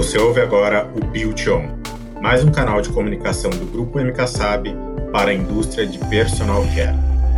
Você ouve agora o Built On, mais um canal de comunicação do Grupo MKSAB para a indústria de personal care.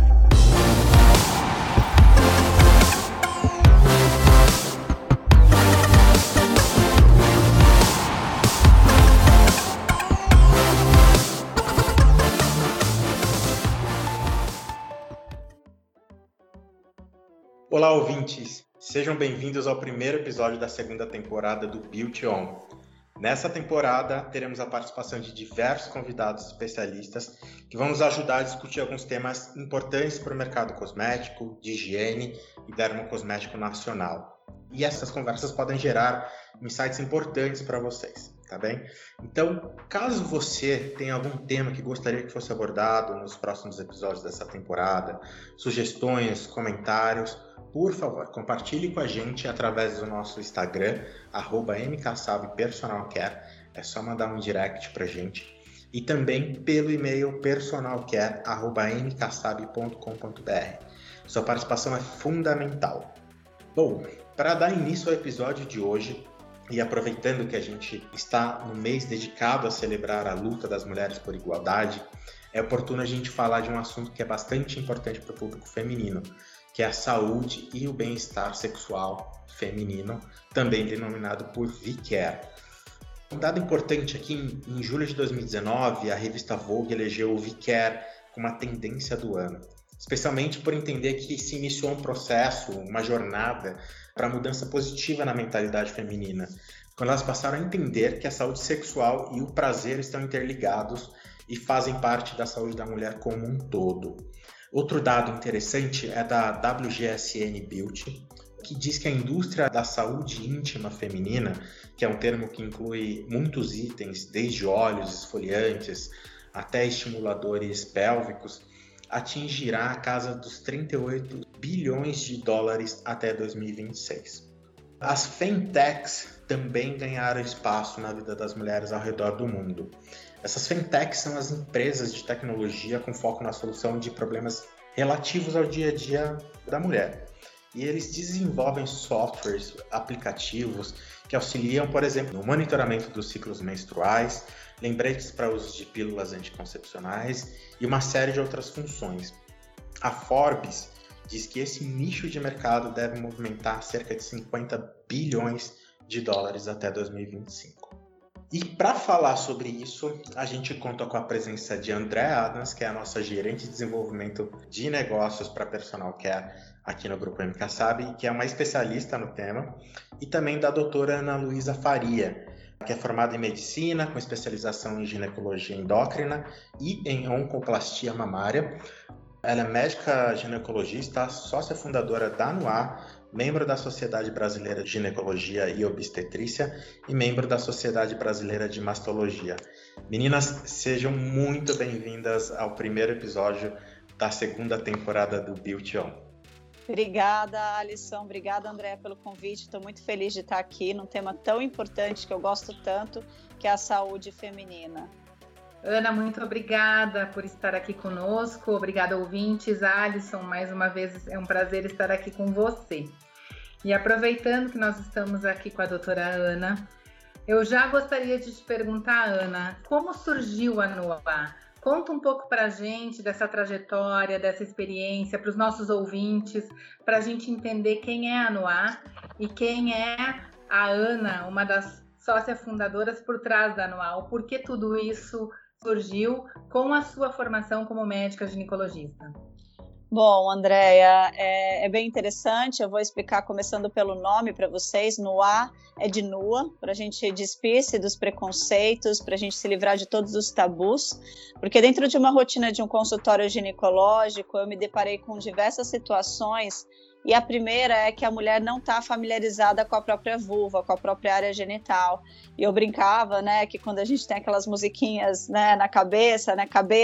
Olá, ouvintes! Sejam bem-vindos ao primeiro episódio da segunda temporada do Built On. Nessa temporada, teremos a participação de diversos convidados especialistas que vão nos ajudar a discutir alguns temas importantes para o mercado cosmético, de higiene e dermocosmético nacional. E essas conversas podem gerar insights importantes para vocês, tá bem? Então, caso você tenha algum tema que gostaria que fosse abordado nos próximos episódios dessa temporada, sugestões, comentários, por favor, compartilhe com a gente através do nosso Instagram, @mksabpersonalcare. É só mandar um direct pra gente. E também pelo e-mail personalcare@mksab.com.br. Sua participação é fundamental. Bom, para dar início ao episódio de hoje, e aproveitando que a gente está no mês dedicado a celebrar a luta das mulheres por igualdade, é oportuno a gente falar de um assunto que é bastante importante para o público feminino, que é a saúde e o bem-estar sexual feminino, também denominado por V-Care. Um dado importante aqui, em julho de 2019, a revista Vogue elegeu o V-Care como a tendência do ano, especialmente por entender que se iniciou um processo, uma jornada para mudança positiva na mentalidade feminina, quando elas passaram a entender que a saúde sexual e o prazer estão interligados e fazem parte da saúde da mulher como um todo. Outro dado interessante é da WGSN Beauty, que diz que a indústria da saúde íntima feminina, que é um termo que inclui muitos itens, desde óleos esfoliantes até estimuladores pélvicos, atingirá a casa dos 38 bilhões de dólares até 2026. As fintechs também ganharam espaço na vida das mulheres ao redor do mundo. Essas fintechs são as empresas de tecnologia com foco na solução de problemas relativos ao dia a dia da mulher. E eles desenvolvem softwares, aplicativos que auxiliam, por exemplo, no monitoramento dos ciclos menstruais, lembretes para uso de pílulas anticoncepcionais e uma série de outras funções. A Forbes diz que esse nicho de mercado deve movimentar cerca de 50 bilhões de dólares até 2025. E para falar sobre isso, a gente conta com a presença de Andrea Adams, que é a nossa gerente de desenvolvimento de negócios para personal care aqui no Grupo MKSAB, que é uma especialista no tema, e também da doutora Ana Luísa Faria, que é formada em medicina, com especialização em ginecologia endócrina e em oncoplastia mamária. Ela é médica ginecologista, sócia fundadora da ANUA, membro da Sociedade Brasileira de Ginecologia e Obstetrícia e membro da Sociedade Brasileira de Mastologia. Meninas, sejam muito bem-vindas ao primeiro episódio da segunda temporada do Built On. Obrigada, Alisson. Obrigada, Andréa, pelo convite. Estou muito feliz de estar aqui num tema tão importante que eu gosto tanto, que é a saúde feminina. Ana, muito obrigada por estar aqui conosco. Obrigada, ouvintes. Alisson, mais uma vez é um prazer estar aqui com você. E aproveitando que nós estamos aqui com a doutora Ana, eu já gostaria de te perguntar, Ana, como surgiu a NUA? Conta um pouco para a gente dessa trajetória, dessa experiência, para os nossos ouvintes, para a gente entender quem é a NUA e quem é a Ana, uma das sócias fundadoras por trás da NUA. O porquê tudo isso surgiu com a sua formação como médica ginecologista? Bom, Andréa, é bem interessante. Eu vou explicar começando pelo nome para vocês. NUA é de nua, para a gente despir-se dos preconceitos, para a gente se livrar de todos os tabus, porque dentro de uma rotina de um consultório ginecológico, eu me deparei com diversas situações. E a primeira é que a mulher não está familiarizada com a própria vulva, com a própria área genital. E eu brincava, né, que quando a gente tem aquelas musiquinhas, né, na cabeça,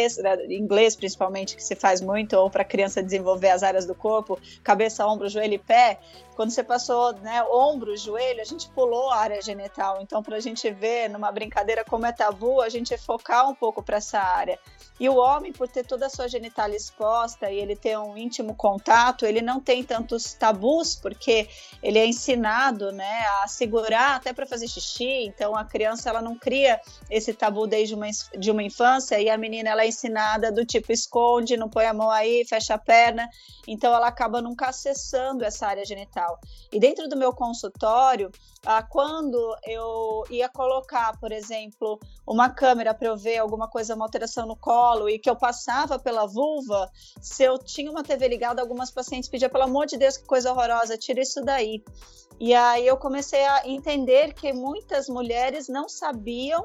em inglês principalmente, que se faz muito, ou para a criança desenvolver as áreas do corpo, cabeça, ombro, joelho e pé, quando você passou, né, ombro, joelho, a gente pulou a área genital. Então, para a gente ver numa brincadeira como é tabu, a gente focar um pouco para essa área. E o homem, por ter toda a sua genitália exposta e ele ter um íntimo contato, ele não tem tantos tabus, porque ele é ensinado, né, a segurar até para fazer xixi. Então, a criança ela não cria esse tabu desde uma infância, e a menina ela é ensinada do tipo esconde, não põe a mão aí, fecha a perna. Então, ela acaba nunca acessando essa área genital. E dentro do meu consultório, quando eu ia colocar, por exemplo, uma câmera para eu ver alguma coisa, uma alteração no colo, e que eu passava pela vulva, se eu tinha uma TV ligada, algumas pacientes pediam, pelo amor de Deus, que coisa horrorosa, tira isso daí. E aí eu comecei a entender que muitas mulheres não sabiam,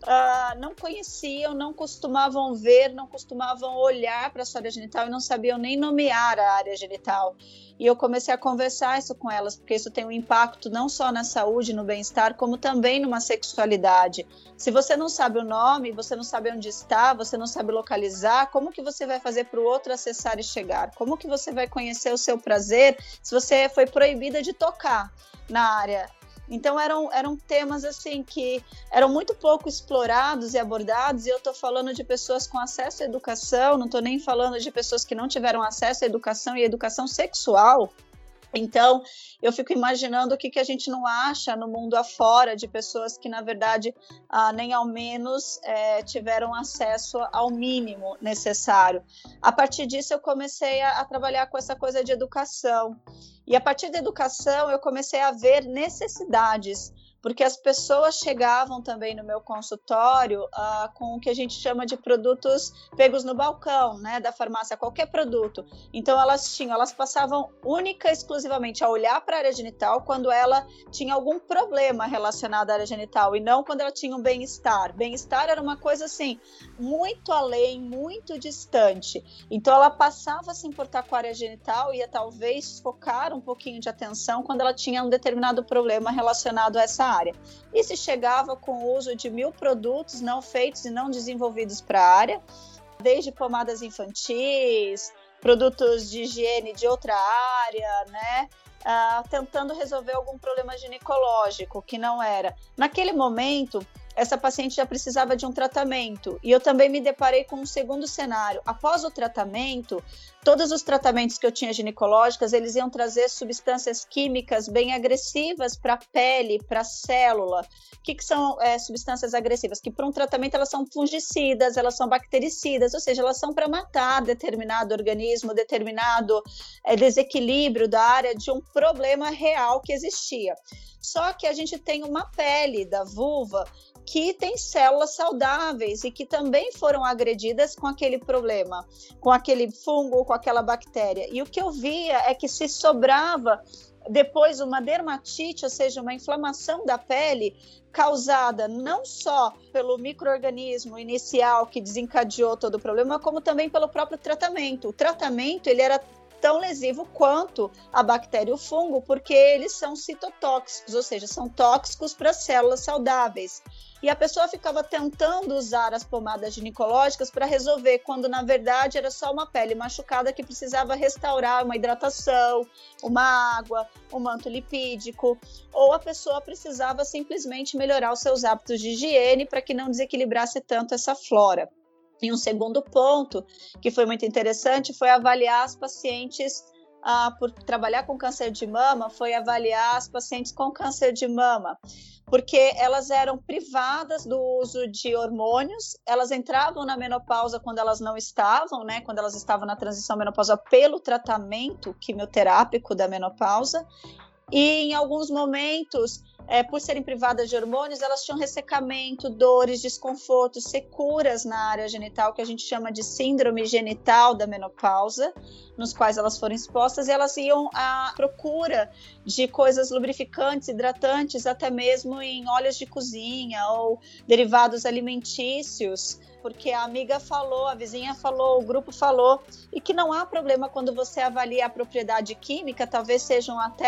não conheciam, não costumavam ver, não costumavam olhar para a sua área genital e não sabiam nem nomear a área genital. E eu comecei a conversar isso com elas, porque isso tem um impacto não só na saúde, no bem-estar, como também numa sexualidade. Se você não sabe o nome, você não sabe onde está, você não sabe localizar, como que você vai fazer para o outro acessar e chegar? Como que você vai conhecer o seu prazer se você foi proibida de tocar na área? Então eram temas assim que eram muito pouco explorados e abordados, e eu estou falando de pessoas com acesso à educação, não estou nem falando de pessoas que não tiveram acesso à educação e educação sexual. Então, eu fico imaginando o que a gente não acha no mundo afora de pessoas que, na verdade, nem ao menos tiveram acesso ao mínimo necessário. A partir disso, eu comecei a trabalhar com essa coisa de educação. E a partir da educação, eu comecei a ver necessidades, porque as pessoas chegavam também no meu consultório com o que a gente chama de produtos pegos no balcão, né, da farmácia, qualquer produto. Então elas passavam única e exclusivamente a olhar para a área genital quando ela tinha algum problema relacionado à área genital, e não quando ela tinha um bem-estar. Bem-estar era uma coisa assim, muito além, muito distante. Então ela passava a se importar com a área genital e ia talvez focar um pouquinho de atenção quando ela tinha um determinado problema relacionado a essa área. E se chegava com o uso de 1000 produtos não feitos e não desenvolvidos para a área, desde pomadas infantis, produtos de higiene de outra área, né? Tentando resolver algum problema ginecológico que não era. Naquele momento, essa paciente já precisava de um tratamento, e eu também me deparei com um segundo cenário. Após o tratamento, todos os tratamentos que eu tinha ginecológicos, eles iam trazer substâncias químicas bem agressivas para a pele, para a célula. O que são substâncias agressivas? Que para um tratamento elas são fungicidas, elas são bactericidas, ou seja, elas são para matar determinado organismo, determinado desequilíbrio da área de um problema real que existia. Só que a gente tem uma pele da vulva que tem células saudáveis e que também foram agredidas com aquele problema, com aquele fungo, com aquela bactéria. E o que eu via é que se sobrava depois uma dermatite, ou seja, uma inflamação da pele, causada não só pelo micro-organismo inicial que desencadeou todo o problema, como também pelo próprio tratamento. O tratamento ele era tão lesivo quanto a bactéria e o fungo, porque eles são citotóxicos, ou seja, são tóxicos para células saudáveis. E a pessoa ficava tentando usar as pomadas ginecológicas para resolver, quando na verdade era só uma pele machucada que precisava restaurar uma hidratação, uma água, um manto lipídico, ou a pessoa precisava simplesmente melhorar os seus hábitos de higiene para que não desequilibrasse tanto essa flora. E um segundo ponto, que foi muito interessante, foi avaliar as pacientes, por trabalhar com câncer de mama, foi avaliar as pacientes com câncer de mama, porque elas eram privadas do uso de hormônios, elas entravam na menopausa quando elas não estavam, né, quando elas estavam na transição menopausa pelo tratamento quimioterápico da menopausa, e em alguns momentos, por serem privadas de hormônios, elas tinham ressecamento, dores, desconfortos, securas na área genital, que a gente chama de síndrome genital da menopausa, nos quais elas foram expostas, e elas iam à procura de coisas lubrificantes, hidratantes, até mesmo em óleos de cozinha ou derivados alimentícios, porque a amiga falou, a vizinha falou, o grupo falou, e que não há problema quando você avalia a propriedade química, talvez sejam até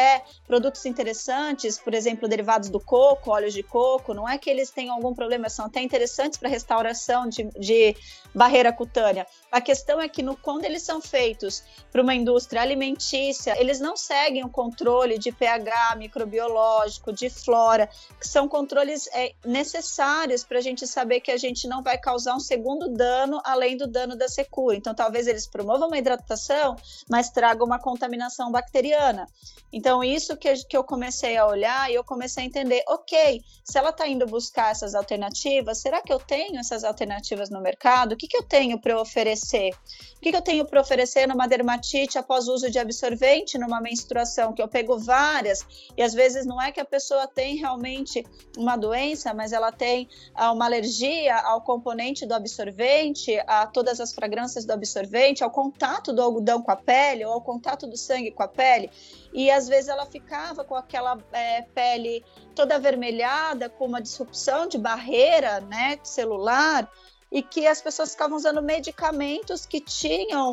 produtos interessantes, por exemplo, derivados do coco, óleos de coco, não é que eles tenham algum problema, são até interessantes para restauração de barreira cutânea. A questão é que quando eles são feitos para uma indústria alimentícia, eles não seguem o controle de pH microbiológico, de flora, que são controles necessários para a gente saber que a gente não vai causar um segundo dano além do dano da secura. Então, talvez eles promovam uma hidratação, mas tragam uma contaminação bacteriana. Então, isso que eu comecei a olhar e eu comecei a entender, ok, se ela está indo buscar essas alternativas, será que eu tenho essas alternativas no mercado? O que eu tenho para oferecer? O que eu tenho para oferecer numa dermatite após o uso de absorvente, numa menstruação, que eu pego várias, e às vezes não é que a pessoa tem realmente uma doença, mas ela tem uma alergia ao componente do absorvente, a todas as fragrâncias do absorvente, ao contato do algodão com a pele, ou ao contato do sangue com a pele, e às vezes ela ficava com aquela pele toda avermelhada, com uma disrupção de barreira, né, celular, e que as pessoas ficavam usando medicamentos que tinham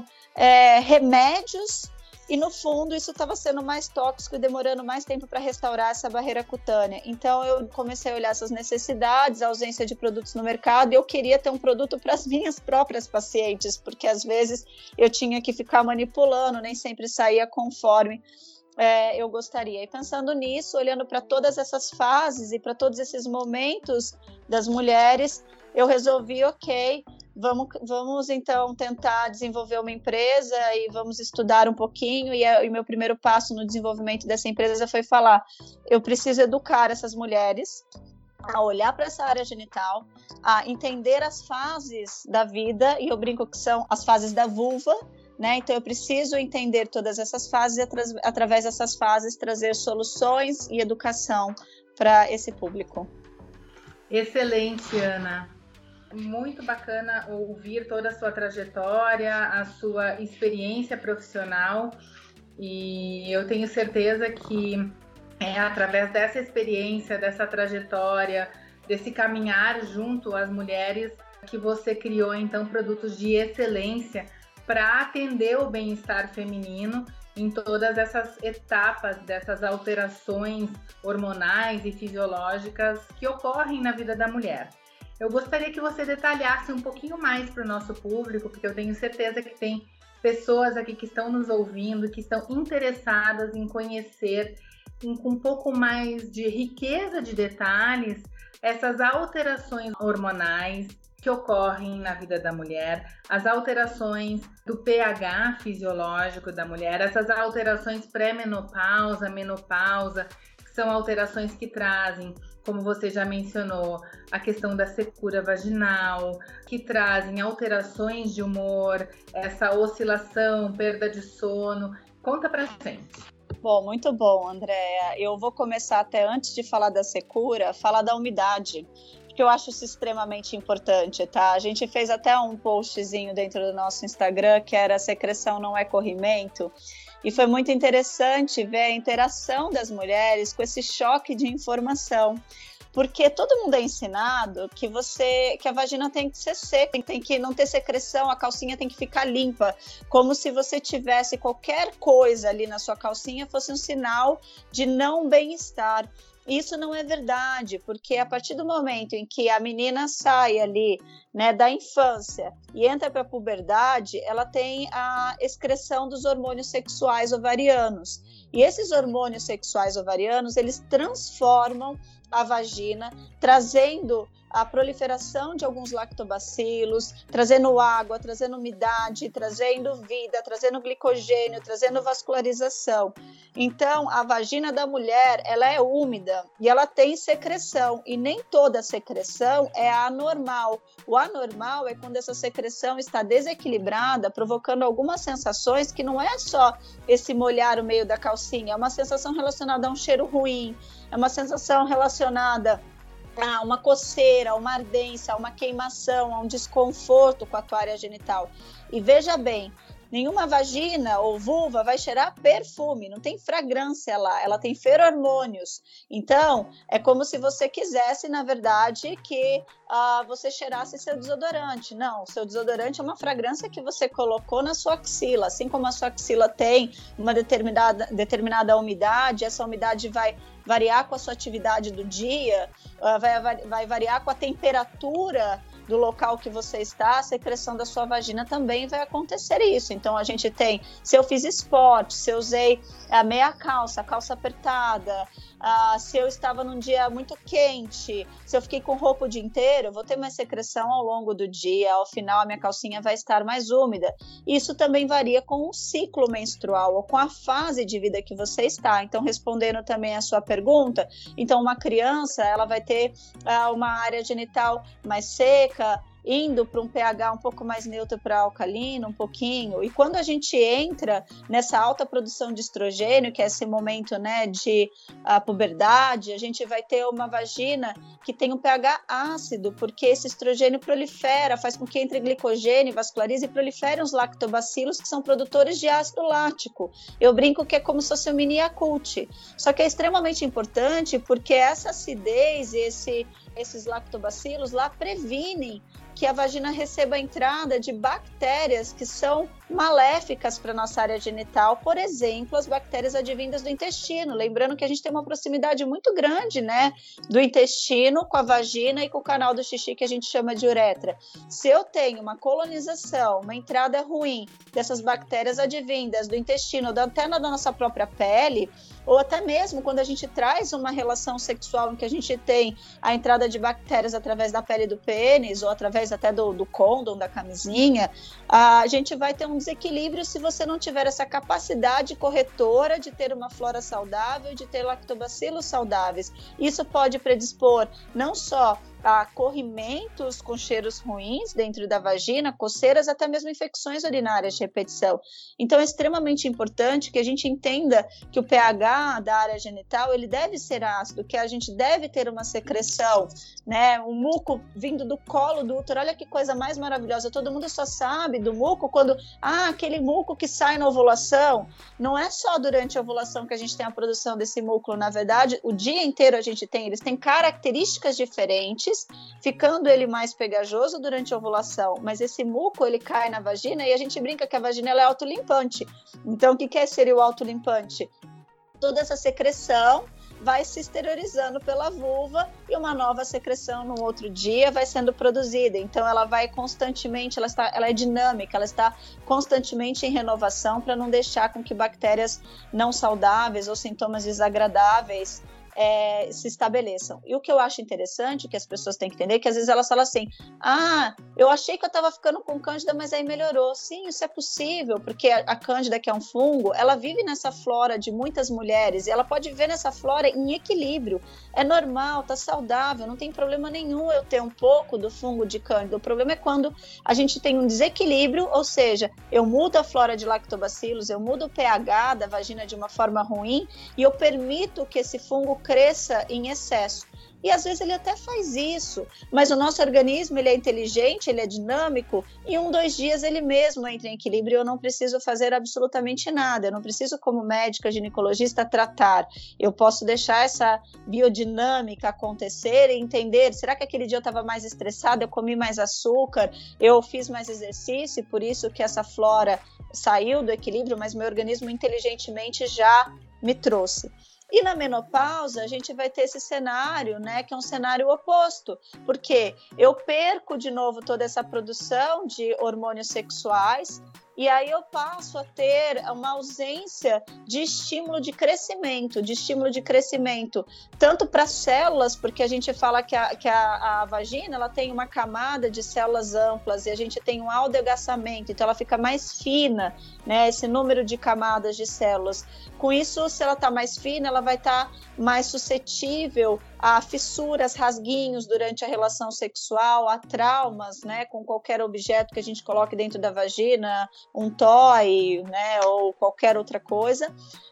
remédios, e no fundo isso estava sendo mais tóxico e demorando mais tempo para restaurar essa barreira cutânea. Então eu comecei a olhar essas necessidades, a ausência de produtos no mercado, e eu queria ter um produto para as minhas próprias pacientes, porque às vezes eu tinha que ficar manipulando, nem sempre saía conforme eu gostaria. E pensando nisso, olhando para todas essas fases e para todos esses momentos das mulheres, eu resolvi, ok, vamos então tentar desenvolver uma empresa e vamos estudar um pouquinho, e o meu primeiro passo no desenvolvimento dessa empresa foi falar, eu preciso educar essas mulheres a olhar para essa área genital, a entender as fases da vida, e eu brinco que são as fases da vulva, né? Então eu preciso entender todas essas fases e através dessas fases trazer soluções e educação para esse público. Excelente, Ana. Muito bacana ouvir toda a sua trajetória, a sua experiência profissional, e eu tenho certeza que através dessa experiência, dessa trajetória, desse caminhar junto às mulheres, que você criou então produtos de excelência para atender o bem-estar feminino em todas essas etapas dessas alterações hormonais e fisiológicas que ocorrem na vida da mulher. Eu gostaria que você detalhasse um pouquinho mais para o nosso público, porque eu tenho certeza que tem pessoas aqui que estão nos ouvindo, que estão interessadas em conhecer com um pouco mais de riqueza de detalhes essas alterações hormonais que ocorrem na vida da mulher, as alterações do pH fisiológico da mulher, essas alterações pré-menopausa, menopausa, que são alterações que trazem, como você já mencionou, a questão da secura vaginal, que trazem alterações de humor, essa oscilação, perda de sono. Conta pra gente. Bom, muito bom, Andréa. Eu vou começar até antes de falar da secura, falar da umidade, porque eu acho isso extremamente importante, tá? A gente fez até um postzinho dentro do nosso Instagram, que era secreção não é corrimento, e foi muito interessante ver a interação das mulheres com esse choque de informação, porque todo mundo é ensinado que a vagina tem que ser seca, tem que não ter secreção, a calcinha tem que ficar limpa, como se você tivesse qualquer coisa ali na sua calcinha fosse um sinal de não bem-estar. Isso não é verdade, porque a partir do momento em que a menina sai ali, né, da infância e entra para a puberdade, ela tem a excreção dos hormônios sexuais ovarianos. E esses hormônios sexuais ovarianos, eles transformam a vagina, trazendo a proliferação de alguns lactobacilos, trazendo água, trazendo umidade, trazendo vida, trazendo glicogênio, trazendo vascularização. Então, a vagina da mulher, ela é úmida e ela tem secreção, e nem toda secreção é anormal. O anormal é quando essa secreção está desequilibrada, provocando algumas sensações que não é só esse molhar o meio da calcinha, é uma sensação relacionada a um cheiro ruim, é uma sensação relacionada a uma coceira, a uma ardência, a uma queimação, a um desconforto com a tua área genital. E veja bem, Nenhuma vagina ou vulva vai cheirar perfume, não tem fragrância lá, ela tem feromônios. Então, é como se você quisesse, na verdade, que você cheirasse seu desodorante. Não, o seu desodorante é uma fragrância que você colocou na sua axila. Assim como a sua axila tem uma determinada umidade, essa umidade vai variar com a sua atividade do dia, vai variar com a temperatura do local que você está, a secreção da sua vagina também vai acontecer isso. Então, a gente tem, se eu fiz esporte, se eu usei a meia calça, a calça apertada, se eu estava num dia muito quente, se eu fiquei com roupa o dia inteiro, eu vou ter mais secreção ao longo do dia, ao final a minha calcinha vai estar mais úmida. Isso também varia com o ciclo menstrual ou com a fase de vida que você está. Então, respondendo também a sua pergunta, então uma criança, ela vai ter uma área genital mais seca, indo para um pH um pouco mais neutro para alcalino, um pouquinho. E quando a gente entra nessa alta produção de estrogênio, que é esse momento, né, de puberdade, a gente vai ter uma vagina que tem um pH ácido, porque esse estrogênio prolifera, faz com que entre glicogênio, vascularize e proliferem os lactobacilos, que são produtores de ácido lático. Eu brinco que é como se fosse um mini Yakult. Só que é extremamente importante porque essa acidez e esses lactobacilos lá previnem que a vagina receba a entrada de bactérias que são maléficas para a nossa área genital, por exemplo, as bactérias advindas do intestino. Lembrando que a gente tem uma proximidade muito grande, né, do intestino com a vagina e com o canal do xixi, que a gente chama de uretra. Se eu tenho uma colonização, uma entrada ruim dessas bactérias advindas do intestino, até na nossa própria pele, ou até mesmo quando a gente traz uma relação sexual em que a gente tem a entrada de bactérias através da pele do pênis ou através até do côndom, da camisinha, a gente vai ter um desequilíbrio se você não tiver essa capacidade corretora de ter uma flora saudável e de ter lactobacilos saudáveis. Isso pode predispor não só a corrimentos com cheiros ruins dentro da vagina, coceiras, até mesmo infecções urinárias de repetição. Então é extremamente importante que a gente entenda que o pH da área genital ele deve ser ácido, que a gente deve ter uma secreção, né? Um muco vindo do colo do útero, olha que coisa mais maravilhosa, todo mundo só sabe do muco quando, aquele muco que sai na ovulação. Não é só durante a ovulação que a gente tem a produção desse muco, na verdade, o dia inteiro eles têm características diferentes, ficando ele mais pegajoso durante a ovulação, mas esse muco ele cai na vagina e a gente brinca que a vagina ela é autolimpante. Então o que seria o autolimpante? Toda essa secreção vai se exteriorizando pela vulva e uma nova secreção no outro dia vai sendo produzida. Então ela vai constantemente, ela é dinâmica, ela está constantemente em renovação para não deixar com que bactérias não saudáveis ou sintomas desagradáveis se estabeleçam. E o que eu acho interessante, que as pessoas têm que entender, que às vezes elas falam assim, eu achei que eu estava ficando com cândida, mas aí melhorou. Sim, isso é possível, porque a cândida, que é um fungo, ela vive nessa flora de muitas mulheres, e ela pode viver nessa flora em equilíbrio. É normal, tá saudável, não tem problema nenhum eu ter um pouco do fungo de cândida. O problema é quando a gente tem um desequilíbrio, ou seja, eu mudo a flora de lactobacilos, eu mudo o pH da vagina de uma forma ruim, e eu permito que esse fungo cresça em excesso. E às vezes ele até faz isso, mas o nosso organismo ele é inteligente, ele é dinâmico, e 1-2 dias ele mesmo entra em equilíbrio e eu não preciso fazer absolutamente nada, eu não preciso como médica, ginecologista, tratar. Eu posso deixar essa biodinâmica acontecer e entender, será que aquele dia eu estava mais estressada, eu comi mais açúcar, eu fiz mais exercício, e por isso que essa flora saiu do equilíbrio, mas meu organismo inteligentemente já me trouxe. E na menopausa, a gente vai ter esse cenário, né, que é um cenário oposto, porque eu perco de novo toda essa produção de hormônios sexuais, e aí eu passo a ter uma ausência de estímulo de crescimento, tanto para células, porque a gente fala que a vagina ela tem uma camada de células amplas e a gente tem um aldegaçamento, então ela fica mais fina, né, esse número de camadas de células. Com isso, se ela está mais fina, ela vai estar mais suscetível a fissuras, rasguinhos durante a relação sexual, a traumas, né, com qualquer objeto que a gente coloque dentro da vagina, um toy, né, ou qualquer outra coisa.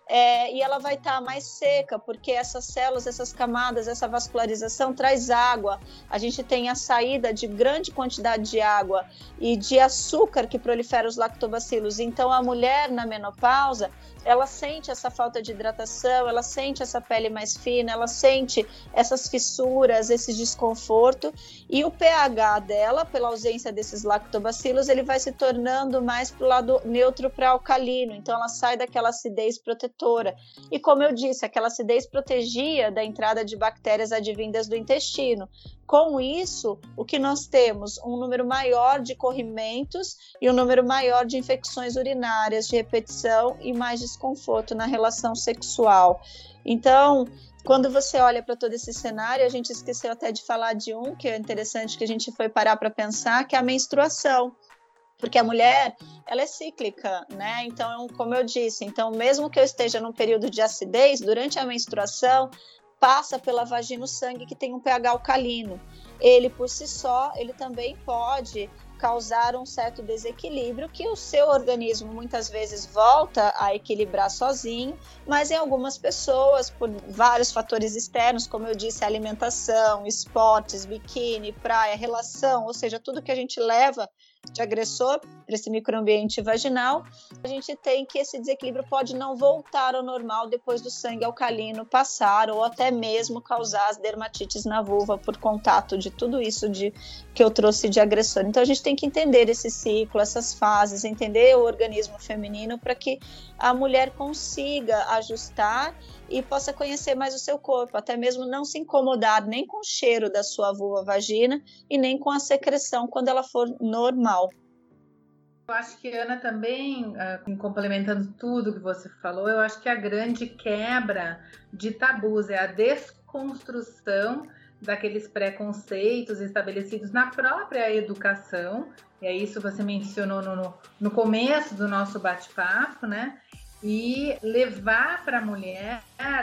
e ela vai estar mais seca, porque essas células, essas camadas, essa vascularização traz água. A gente tem a saída de grande quantidade de água e de açúcar que prolifera os lactobacilos. Então, a mulher na menopausa, ela sente essa falta de hidratação, ela sente essa pele mais fina, ela sente essas fissuras, esse desconforto, e o pH dela, pela ausência desses lactobacilos, ele vai se tornando mais para o lado neutro para alcalino, então ela sai daquela acidez protetora. E como eu disse, aquela acidez protegia da entrada de bactérias advindas do intestino. Com isso, o que nós temos? Um número maior de corrimentos e um número maior de infecções urinárias de repetição e mais desconforto na relação sexual. Então, quando você olha para todo esse cenário, a gente esqueceu até de falar de um que é interessante, que a gente foi parar para pensar, que é a menstruação. Porque a mulher, ela é cíclica, né? Então, como eu disse, então mesmo que eu esteja num período de acidez, durante a menstruação, passa pela vagina o sangue que tem um pH alcalino. Ele, por si só, ele também pode causar um certo desequilíbrio que o seu organismo muitas vezes volta a equilibrar sozinho, mas em algumas pessoas, por vários fatores externos, como eu disse, alimentação, esportes, biquíni, praia, relação, ou seja, tudo que a gente leva de agressor para esse microambiente vaginal, a gente tem que esse desequilíbrio pode não voltar ao normal depois do sangue alcalino passar, ou até mesmo causar as dermatites na vulva por contato de tudo isso que eu trouxe de agressor. Então a gente tem que entender esse ciclo, essas fases, entender o organismo feminino para que a mulher consiga ajustar e possa conhecer mais o seu corpo, até mesmo não se incomodar nem com o cheiro da sua vulva vagina e nem com a secreção quando ela for normal. Eu acho que, Ana, também, complementando tudo que você falou, eu acho que a grande quebra de tabus é a desconstrução daqueles preconceitos estabelecidos na própria educação, e é isso que você mencionou no começo do nosso bate-papo, né? E levar para a mulher,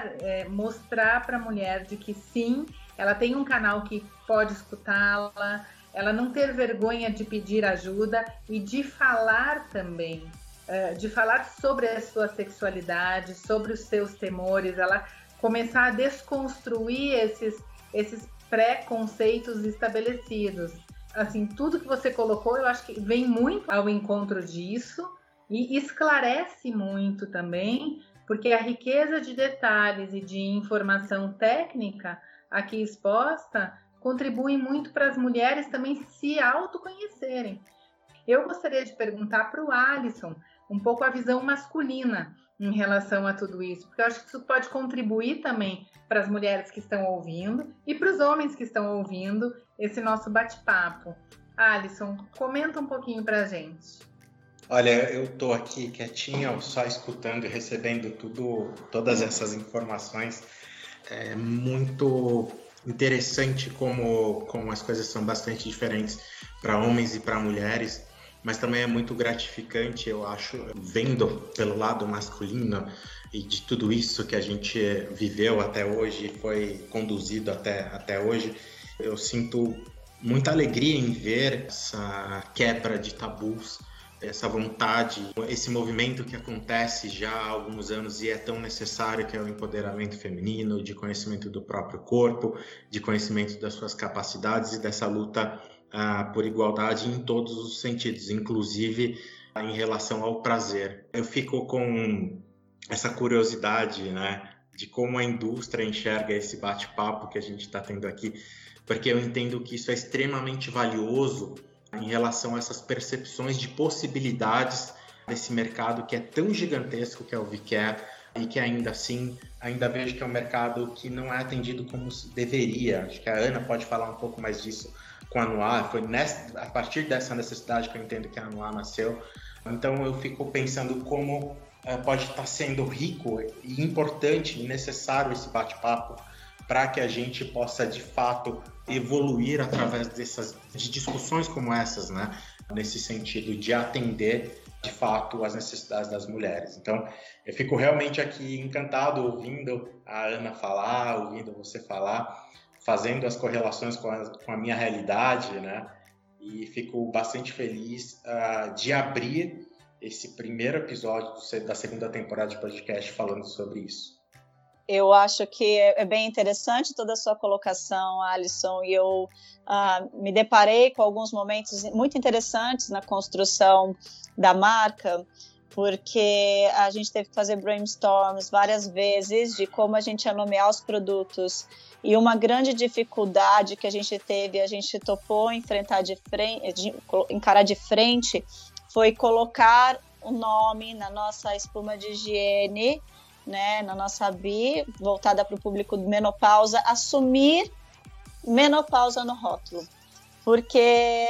mostrar para a mulher de que sim, ela tem um canal que pode escutá-la, ela não ter vergonha de pedir ajuda e de falar também, de falar sobre a sua sexualidade, sobre os seus temores, ela começar a desconstruir esses preconceitos estabelecidos. Assim, tudo que você colocou, eu acho que vem muito ao encontro disso e esclarece muito também, porque a riqueza de detalhes e de informação técnica aqui exposta contribui muito para as mulheres também se autoconhecerem. Eu gostaria de perguntar para o Alisson um pouco a visão masculina em relação a tudo isso, porque eu acho que isso pode contribuir também para as mulheres que estão ouvindo e para os homens que estão ouvindo esse nosso bate-papo. Alisson, comenta um pouquinho para a gente. Olha, eu estou aqui quietinho, só escutando e recebendo todas essas informações. É muito interessante como as coisas são bastante diferentes para homens e para mulheres, mas também é muito gratificante, eu acho, vendo pelo lado masculino e de tudo isso que a gente viveu até hoje e foi conduzido até hoje. Eu sinto muita alegria em ver essa quebra de tabus, essa vontade, esse movimento que acontece já há alguns anos e é tão necessário, que é o empoderamento feminino, de conhecimento do próprio corpo, de conhecimento das suas capacidades e dessa luta por igualdade em todos os sentidos, inclusive em relação ao prazer. Eu fico com essa curiosidade, né, de como a indústria enxerga esse bate-papo que a gente está tendo aqui, porque eu entendo que isso é extremamente valioso em relação a essas percepções de possibilidades desse mercado que é tão gigantesco, que é o VCare, e que ainda assim, vejo que é um mercado que não é atendido como deveria. Acho que a Ana pode falar um pouco mais disso com a Anuá. Foi a partir dessa necessidade que eu entendo que a Anuá nasceu. Então eu fico pensando como pode estar sendo rico e importante e necessário esse bate-papo para que a gente possa, de fato, evoluir através de discussões como essas, né? Nesse sentido de atender, de fato, as necessidades das mulheres. Então, eu fico realmente aqui encantado ouvindo a Ana falar, ouvindo você falar, fazendo as correlações com a minha realidade, né? E fico bastante feliz de abrir esse primeiro episódio da segunda temporada de podcast falando sobre isso? Eu acho que é bem interessante toda a sua colocação, Alisson, e eu me deparei com alguns momentos muito interessantes na construção da marca, porque a gente teve que fazer brainstorms várias vezes de como a gente ia nomear os produtos. E uma grande dificuldade que a gente teve, a gente topou encarar de frente, foi colocar o nome na nossa espuma de higiene, né, na nossa BI, voltada para o público de menopausa, assumir menopausa no rótulo. Porque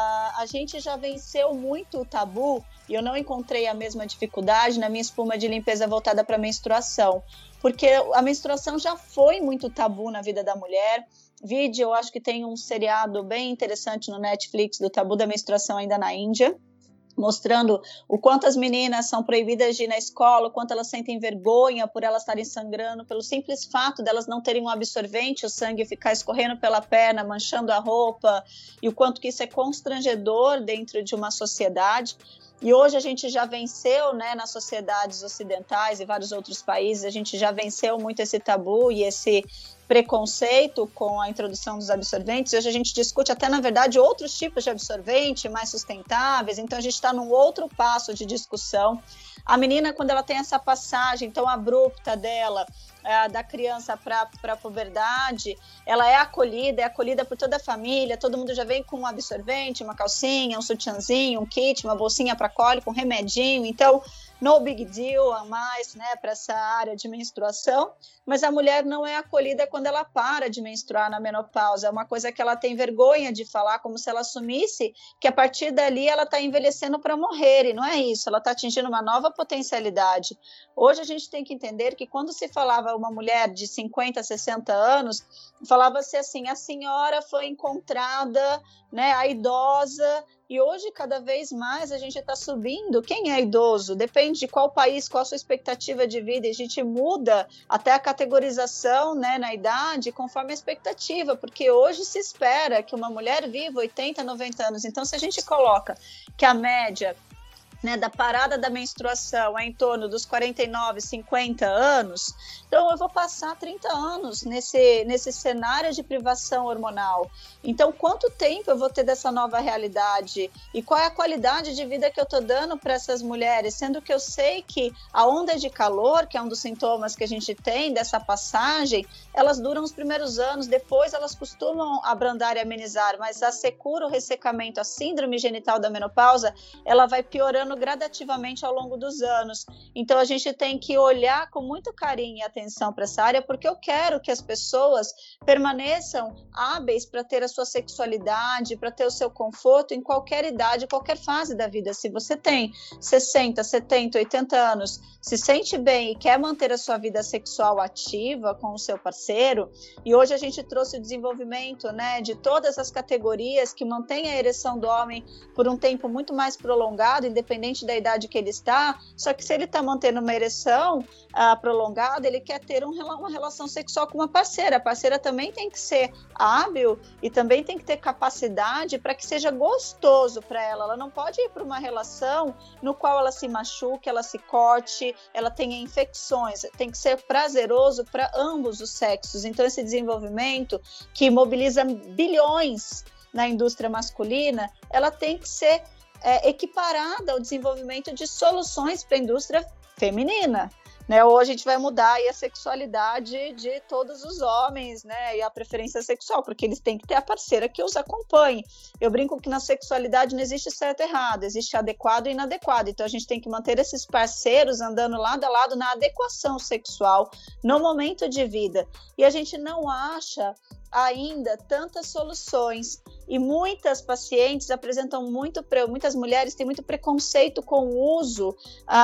a gente já venceu muito o tabu e eu não encontrei a mesma dificuldade na minha espuma de limpeza voltada para a menstruação. Porque a menstruação já foi muito tabu na vida da mulher. Eu acho que tem um seriado bem interessante no Netflix do tabu da menstruação ainda na Índia, mostrando o quanto as meninas são proibidas de ir na escola, o quanto elas sentem vergonha por elas estarem sangrando, pelo simples fato delas não terem um absorvente, o sangue ficar escorrendo pela perna, manchando a roupa, e o quanto que isso é constrangedor dentro de uma sociedade. E hoje a gente já venceu, né, nas sociedades ocidentais e vários outros países, a gente já venceu muito esse tabu e esse preconceito com a introdução dos absorventes. Hoje a gente discute até, na verdade, outros tipos de absorvente mais sustentáveis, então a gente está num outro passo de discussão. A menina, quando ela tem essa passagem tão abrupta dela, da criança para a puberdade, ela é acolhida por toda a família, todo mundo já vem com um absorvente, uma calcinha, um sutiãzinho, um kit, uma bolsinha para cólica, um remedinho, então no big deal a mais, né, para essa área de menstruação, mas a mulher não é acolhida quando ela para de menstruar na menopausa, é uma coisa que ela tem vergonha de falar, como se ela assumisse que a partir dali ela está envelhecendo para morrer, e não é isso, ela está atingindo uma nova potencialidade. Hoje a gente tem que entender que quando se falava uma mulher de 50, 60 anos, falava-se assim, a senhora foi encontrada, né, a idosa, e hoje cada vez mais a gente está subindo. Quem é idoso? Depende de qual país, qual a sua expectativa de vida, e a gente muda até a categorização, né, na idade conforme a expectativa, porque hoje se espera que uma mulher viva 80, 90 anos, então se a gente coloca que a média, né, da parada da menstruação é em torno dos 49, 50 anos, então eu vou passar 30 anos nesse cenário de privação hormonal. Então, quanto tempo eu vou ter dessa nova realidade? E qual é a qualidade de vida que eu estou dando para essas mulheres? Sendo que eu sei que a onda de calor, que é um dos sintomas que a gente tem dessa passagem, elas duram os primeiros anos, depois elas costumam abrandar e amenizar, mas a secura, o ressecamento, a síndrome genital da menopausa, ela vai piorando gradativamente ao longo dos anos. Então a gente tem que olhar com muito carinho e atenção para essa área, porque eu quero que as pessoas permaneçam hábeis para ter a sua sexualidade, para ter o seu conforto em qualquer idade, qualquer fase da vida. Se você tem 60, 70, 80 anos, se sente bem e quer manter a sua vida sexual ativa com o seu parceiro, e hoje a gente trouxe o desenvolvimento, né, de todas as categorias que mantém a ereção do homem por um tempo muito mais prolongado, independente da idade que ele está, só que se ele está mantendo uma ereção prolongada, ele quer ter uma relação sexual com uma parceira. A parceira também tem que ser hábil e também tem que ter capacidade para que seja gostoso para ela. Ela não pode ir para uma relação no qual ela se machuque, ela se corte, ela tenha infecções. Tem que ser prazeroso para ambos os sexos. Então, esse desenvolvimento que mobiliza bilhões na indústria masculina, ela tem que ser equiparada ao desenvolvimento de soluções para a indústria feminina. Né, ou a gente vai mudar aí a sexualidade de todos os homens, né, e a preferência sexual, porque eles têm que ter a parceira que os acompanhe. Eu brinco que na sexualidade não existe certo e errado, existe adequado e inadequado. Então a gente tem que manter esses parceiros andando lado a lado na adequação sexual no momento de vida. E a gente não acha ainda tantas soluções, e muitas pacientes apresentam muitas mulheres têm muito preconceito com o uso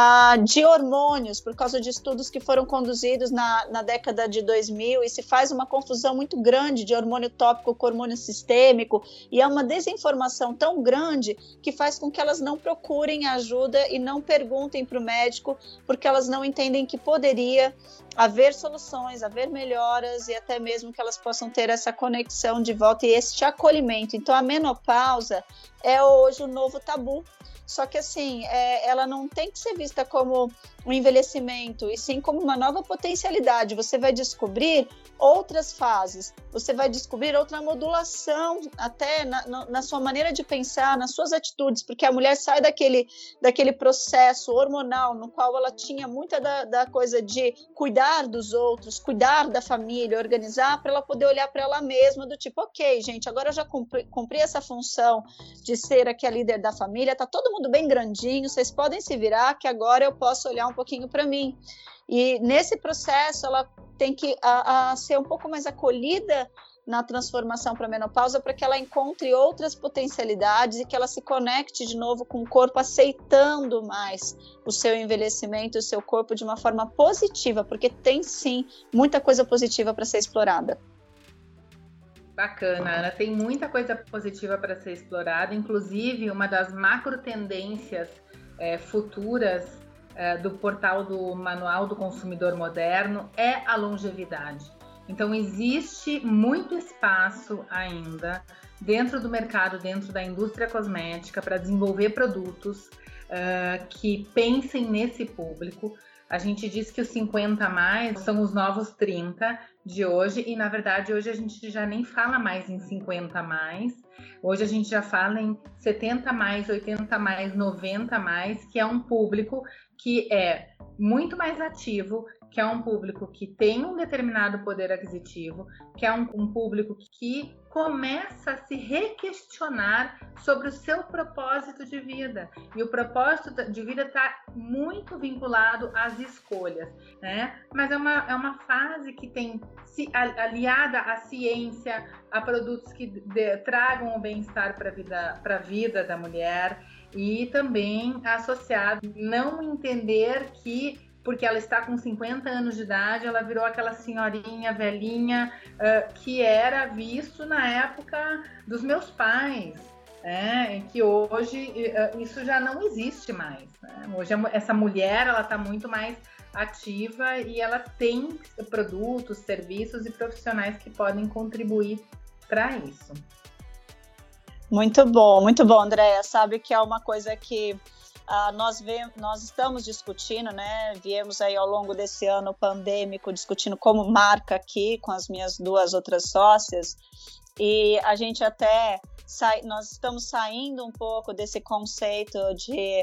de hormônios, por causa de estudos que foram conduzidos na década de 2000, e se faz uma confusão muito grande de hormônio tópico com hormônio sistêmico, e é uma desinformação tão grande que faz com que elas não procurem ajuda e não perguntem para o médico, porque elas não entendem que poderia haver soluções, haver melhoras, e até mesmo que elas possam ter essa conexão de volta e este acolhimento. Então a menopausa é hoje o novo tabu. só que assim, ela não tem que ser vista como um envelhecimento, e sim como uma nova potencialidade. Você vai descobrir outras fases, você vai descobrir outra modulação até na sua maneira de pensar, nas suas atitudes, porque a mulher sai daquele processo hormonal no qual ela tinha muita da coisa de cuidar dos outros, cuidar da família, organizar, para ela poder olhar para ela mesma do tipo, ok, gente, agora eu já cumpri essa função de ser aqui a líder da família, tá todo mundo bem grandinho, vocês podem se virar que agora eu posso olhar um pouquinho para mim. E nesse processo ela tem que ser um pouco mais acolhida na transformação para a menopausa, para que ela encontre outras potencialidades e que ela se conecte de novo com o corpo, aceitando mais o seu envelhecimento, o seu corpo de uma forma positiva, porque tem sim muita coisa positiva para ser explorada. Bacana, Ana, tem muita coisa positiva para ser explorada, inclusive uma das macro tendências futuras do portal do Manual do Consumidor Moderno é a longevidade. Então, existe muito espaço ainda dentro do mercado, dentro da indústria cosmética, para desenvolver produtos que pensem nesse público. A gente diz que os 50 a mais são os novos 30 de hoje, e na verdade hoje a gente já nem fala mais em 50 a mais, hoje a gente já fala em 70 a mais, 80 a mais, 90 a mais, que é um público que é muito mais ativo, que é um público que tem um determinado poder aquisitivo, que é um público que começa a se requestionar sobre o seu propósito de vida. E o propósito de vida está muito vinculado às escolhas, né? Mas é uma fase que tem aliada à ciência, a produtos que tragam o bem-estar para a vida da mulher, e também associado não entender que porque ela está com 50 anos de idade, ela virou aquela senhorinha velhinha que era visto na época dos meus pais, e que hoje isso já não existe mais, né? Hoje essa mulher ela está muito mais ativa e ela tem produtos, serviços e profissionais que podem contribuir para isso. Muito bom, Andréia. Sabe que é uma coisa que nós estamos discutindo, né? Viemos aí ao longo desse ano pandêmico discutindo como marca aqui com as minhas duas outras sócias, e a gente nós estamos saindo um pouco desse conceito de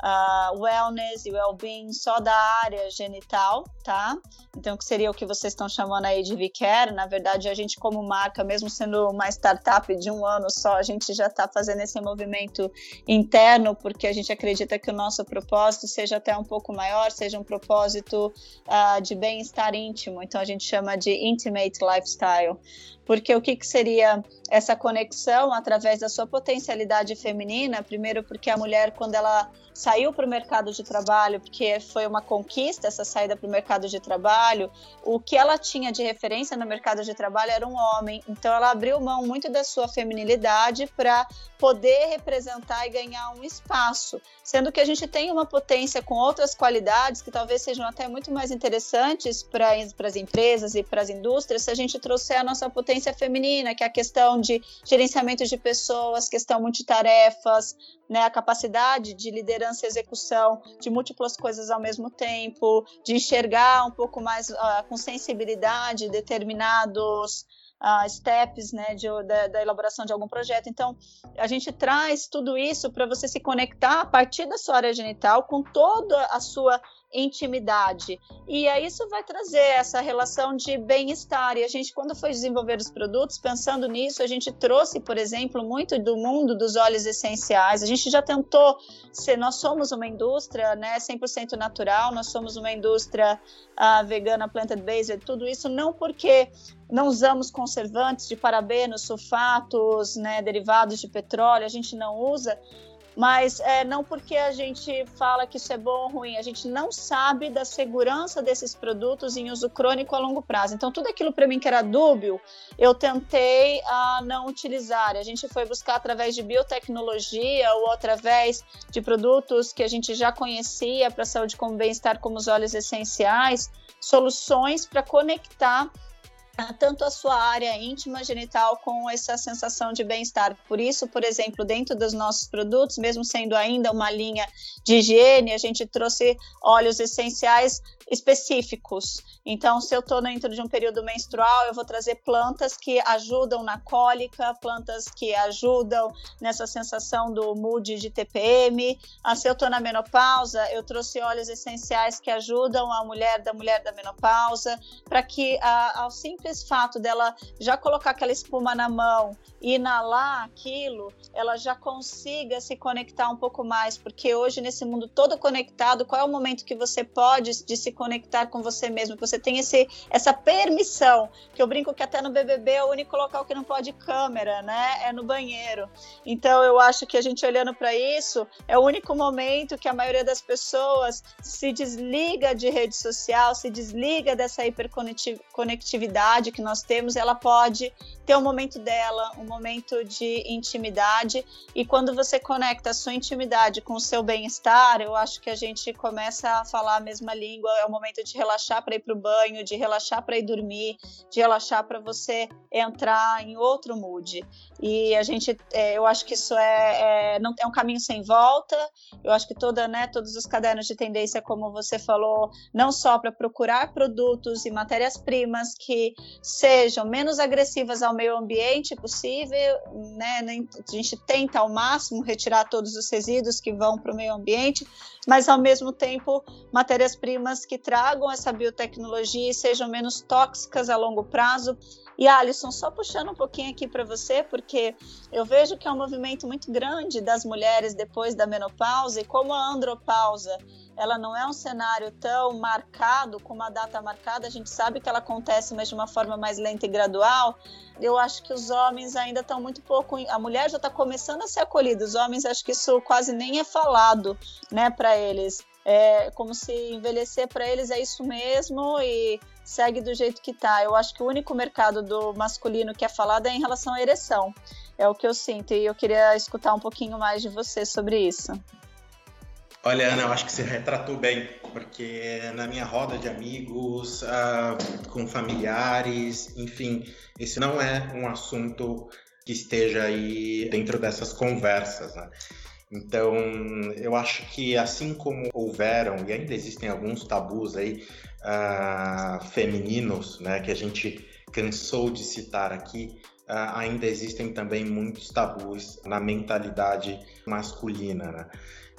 wellness e well-being só da área genital, tá? Então, que seria o que vocês estão chamando aí de V-Care. Na verdade, a gente como marca, mesmo sendo uma startup de 1 ano só, a gente já está fazendo esse movimento interno, porque a gente acredita que o nosso propósito seja até um pouco maior, seja um propósito de bem-estar íntimo. Então, a gente chama de intimate lifestyle. Porque o que seria essa conexão através da sua potencialidade feminina? Primeiro, porque a mulher, quando ela saiu para o mercado de trabalho, porque foi uma conquista essa saída para o mercado de trabalho, o que ela tinha de referência no mercado de trabalho era um homem. Então, ela abriu mão muito da sua feminilidade para poder representar e ganhar um espaço. Sendo que a gente tem uma potência com outras qualidades que talvez sejam até muito mais interessantes para as empresas e para as indústrias se a gente trouxer a nossa potência feminina, que é a questão de gerenciamento de pessoas, questão multitarefas, né, a capacidade de liderança e execução de múltiplas coisas ao mesmo tempo, de enxergar um pouco mais com sensibilidade determinados steps, né, da elaboração de algum projeto. Então, a gente traz tudo isso para você se conectar a partir da sua área genital com toda a sua intimidade. E aí isso vai trazer essa relação de bem-estar. E a gente, quando foi desenvolver os produtos, pensando nisso, a gente trouxe, por exemplo, muito do mundo dos óleos essenciais. A gente já tentou nós somos uma indústria, né, 100% natural, nós somos uma indústria vegana, plant-based, tudo isso não porque não usamos conservantes de parabenos, sulfatos, né, derivados de petróleo, a gente não usa, mas não porque a gente fala que isso é bom ou ruim, a gente não sabe da segurança desses produtos em uso crônico a longo prazo. Então, tudo aquilo para mim que era dúbio, eu tentei não utilizar. A gente foi buscar através de biotecnologia ou através de produtos que a gente já conhecia para a saúde como bem-estar, como os óleos essenciais, soluções para conectar tanto a sua área íntima genital com essa sensação de bem-estar. Por isso, por exemplo, dentro dos nossos produtos, mesmo sendo ainda uma linha de higiene, a gente trouxe óleos essenciais específicos. Então, se eu estou dentro de um período menstrual, eu vou trazer plantas que ajudam na cólica, plantas que ajudam nessa sensação do mood de TPM. Se eu estou na menopausa, eu trouxe óleos essenciais que ajudam a mulher da menopausa, para que ao simples fato dela já colocar aquela espuma na mão e inalar aquilo, ela já consiga se conectar um pouco mais, porque hoje nesse mundo todo conectado, qual é o momento que você pode de se conectar com você mesmo, que você tem essa permissão, que eu brinco que até no BBB é o único local que não pode câmera, né? É no banheiro. Então eu acho que a gente olhando para isso, é o único momento que a maioria das pessoas se desliga de rede social, se desliga dessa hiperconectividade que nós temos, ela pode ter um momento dela, um momento de intimidade, e quando você conecta a sua intimidade com o seu bem-estar, eu acho que a gente começa a falar a mesma língua, é o momento de relaxar para ir para o banho, de relaxar para ir dormir, de relaxar para você entrar em outro mood. E a gente, eu acho que isso não é um caminho sem volta. Eu acho que todos os cadernos de tendência, como você falou, não só para procurar produtos e matérias-primas que sejam menos agressivas ao meio ambiente possível, né? A gente tenta ao máximo retirar todos os resíduos que vão para o meio ambiente, mas ao mesmo tempo matérias-primas que tragam essa biotecnologia e sejam menos tóxicas a longo prazo. E Alisson, só puxando um pouquinho aqui para você, porque eu vejo que é um movimento muito grande das mulheres depois da menopausa, e como a andropausa ela não é um cenário tão marcado, com uma data marcada, a gente sabe que ela acontece, mas de uma forma mais lenta e gradual. Eu acho que os homens ainda estão muito pouco, a mulher já está começando a ser acolhida, os homens acho que isso quase nem é falado, né, para eles. É como se envelhecer para eles é isso mesmo e segue do jeito que tá. Eu acho que o único mercado do masculino que é falado é em relação à ereção. É o que eu sinto e eu queria escutar um pouquinho mais de você sobre isso. Olha, Ana, eu acho que você retratou bem, porque na minha roda de amigos, com familiares, enfim, esse não é um assunto que esteja aí dentro dessas conversas, né? Então, eu acho que assim como houveram, e ainda existem alguns tabus aí femininos, né, que a gente cansou de citar aqui, ainda existem também muitos tabus na mentalidade masculina, né?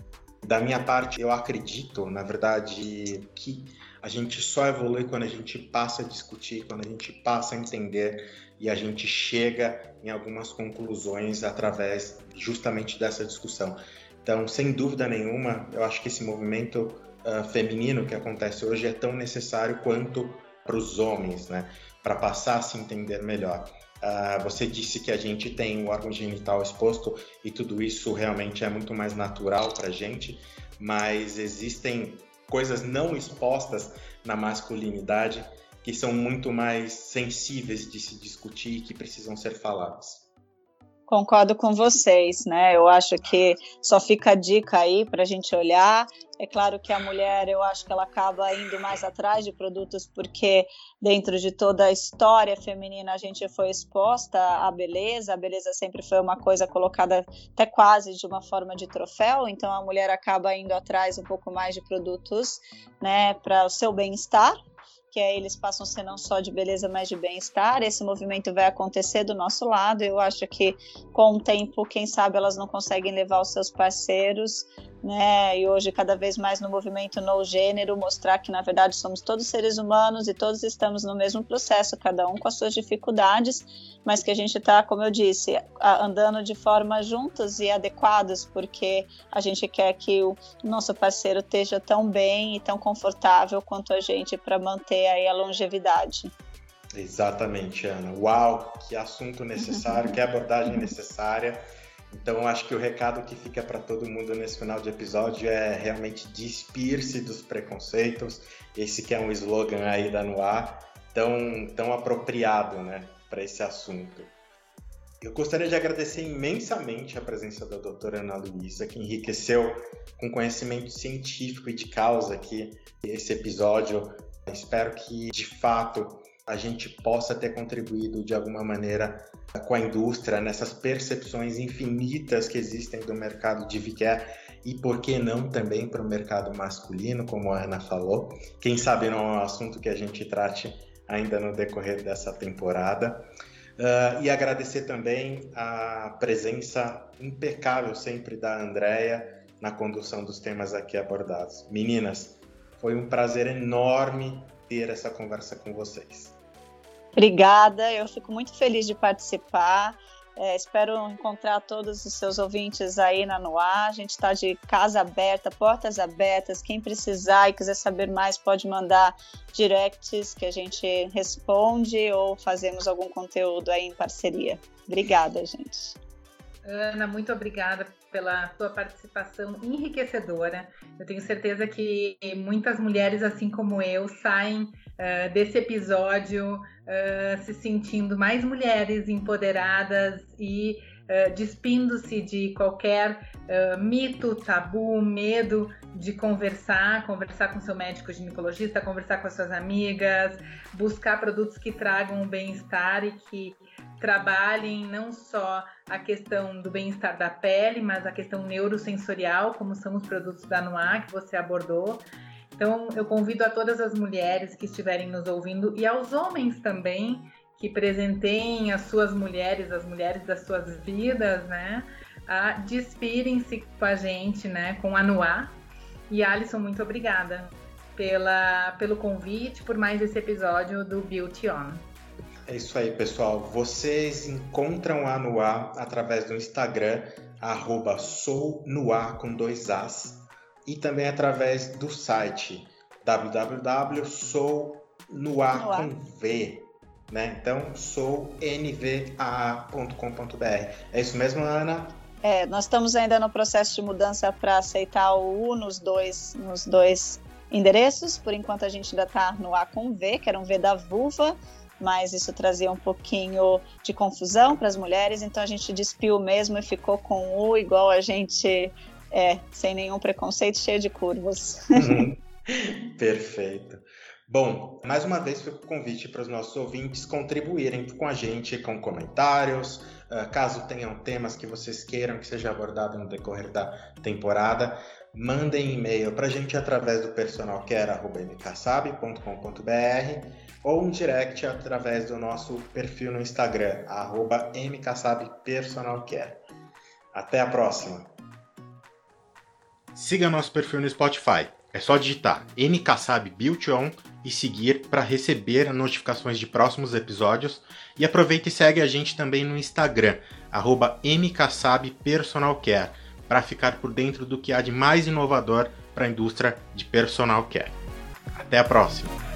Da minha parte, eu acredito, na verdade, que a gente só evolui quando a gente passa a discutir, quando a gente passa a entender e a gente chega em algumas conclusões através justamente dessa discussão. Então, sem dúvida nenhuma, eu acho que esse movimento feminino que acontece hoje é tão necessário quanto para os homens, né? Para passar a se entender melhor. Você disse que a gente tem o órgão genital exposto e tudo isso realmente é muito mais natural para a gente, mas existem coisas não expostas na masculinidade que são muito mais sensíveis de se discutir e que precisam ser faladas. Concordo com vocês, né? Eu acho que só fica a dica aí para a gente olhar. É claro que a mulher, eu acho que ela acaba indo mais atrás de produtos porque dentro de toda a história feminina a gente foi exposta à beleza. A beleza sempre foi uma coisa colocada até quase de uma forma de troféu, então a mulher acaba indo atrás um pouco mais de produtos, né, para o seu bem-estar, que aí eles passam a ser não só de beleza, mas de bem-estar. Esse movimento vai acontecer do nosso lado. Eu acho que com o tempo, quem sabe elas não conseguem levar os seus parceiros, né? E hoje, cada vez mais no movimento no gênero, mostrar que, na verdade, somos todos seres humanos e todos estamos no mesmo processo, cada um com as suas dificuldades, mas que a gente está, como eu disse, andando de forma juntos e adequados, porque a gente quer que o nosso parceiro esteja tão bem e tão confortável quanto a gente para manter aí a longevidade. Exatamente, Ana. Uau, que assunto necessário, que abordagem necessária. Então, acho que o recado que fica para todo mundo nesse final de episódio é realmente despir-se dos preconceitos. Esse que é um slogan aí da Noir, tão apropriado, né, para esse assunto. Eu gostaria de agradecer imensamente a presença da doutora Ana Luísa, que enriqueceu com conhecimento científico e de causa aqui esse episódio. Espero que, de fato, a gente possa ter contribuído de alguma maneira com a indústria nessas percepções infinitas que existem do mercado de V-Care e, por que não, também para o mercado masculino, como a Ana falou. Quem sabe não é um assunto que a gente trate ainda no decorrer dessa temporada. E agradecer também a presença impecável sempre da Andréia na condução dos temas aqui abordados. Meninas, foi um prazer enorme ter essa conversa com vocês. Obrigada, eu fico muito feliz de participar. Espero encontrar todos os seus ouvintes aí na Noir. A gente está de casa aberta, portas abertas. Quem precisar e quiser saber mais pode mandar directs que a gente responde ou fazemos algum conteúdo aí em parceria. Obrigada, gente. Ana, muito obrigada pela sua participação enriquecedora. Eu tenho certeza que muitas mulheres, assim como eu, saem desse episódio se sentindo mais mulheres empoderadas e despindo-se de qualquer mito, tabu, medo de conversar com seu médico ginecologista, conversar com as suas amigas, buscar produtos que tragam o bem-estar e que trabalhem não só a questão do bem-estar da pele, mas a questão neurosensorial, como são os produtos da Noir que você abordou. Então, eu convido a todas as mulheres que estiverem nos ouvindo e aos homens também, que presenteiem as suas mulheres, as mulheres das suas vidas, né, a despirem-se com a gente, né, com a Noir. E Alisson, muito obrigada pelo convite, por mais esse episódio do Beauty On. É isso aí, pessoal. Vocês encontram a Noir através do Instagram, @sounoir com 2 As, e também através do site www.sounoir com V, né? Então, sounvaa.com.br. É isso mesmo, Ana? Nós estamos ainda no processo de mudança para aceitar o U nos dois endereços. Por enquanto, a gente ainda está no A com V, que era um V da vulva, mas isso trazia um pouquinho de confusão para as mulheres, então a gente despiu mesmo e ficou com U igual a gente sem nenhum preconceito, cheio de curvas. Perfeito. Bom, mais uma vez fica o convite para os nossos ouvintes contribuírem com a gente com comentários, caso tenham temas que vocês queiram que seja abordado no decorrer da temporada, mandem e-mail para a gente através do personalcare@mksabe.com.br ou um direct através do nosso perfil no Instagram, @mksabepersonalcare. Até a próxima! Siga nosso perfil no Spotify. É só digitar MKSAB Beauty On e seguir para receber notificações de próximos episódios. E aproveita e segue a gente também no Instagram, @mksabepersonalcare, para ficar por dentro do que há de mais inovador para a indústria de personal care. Até a próxima!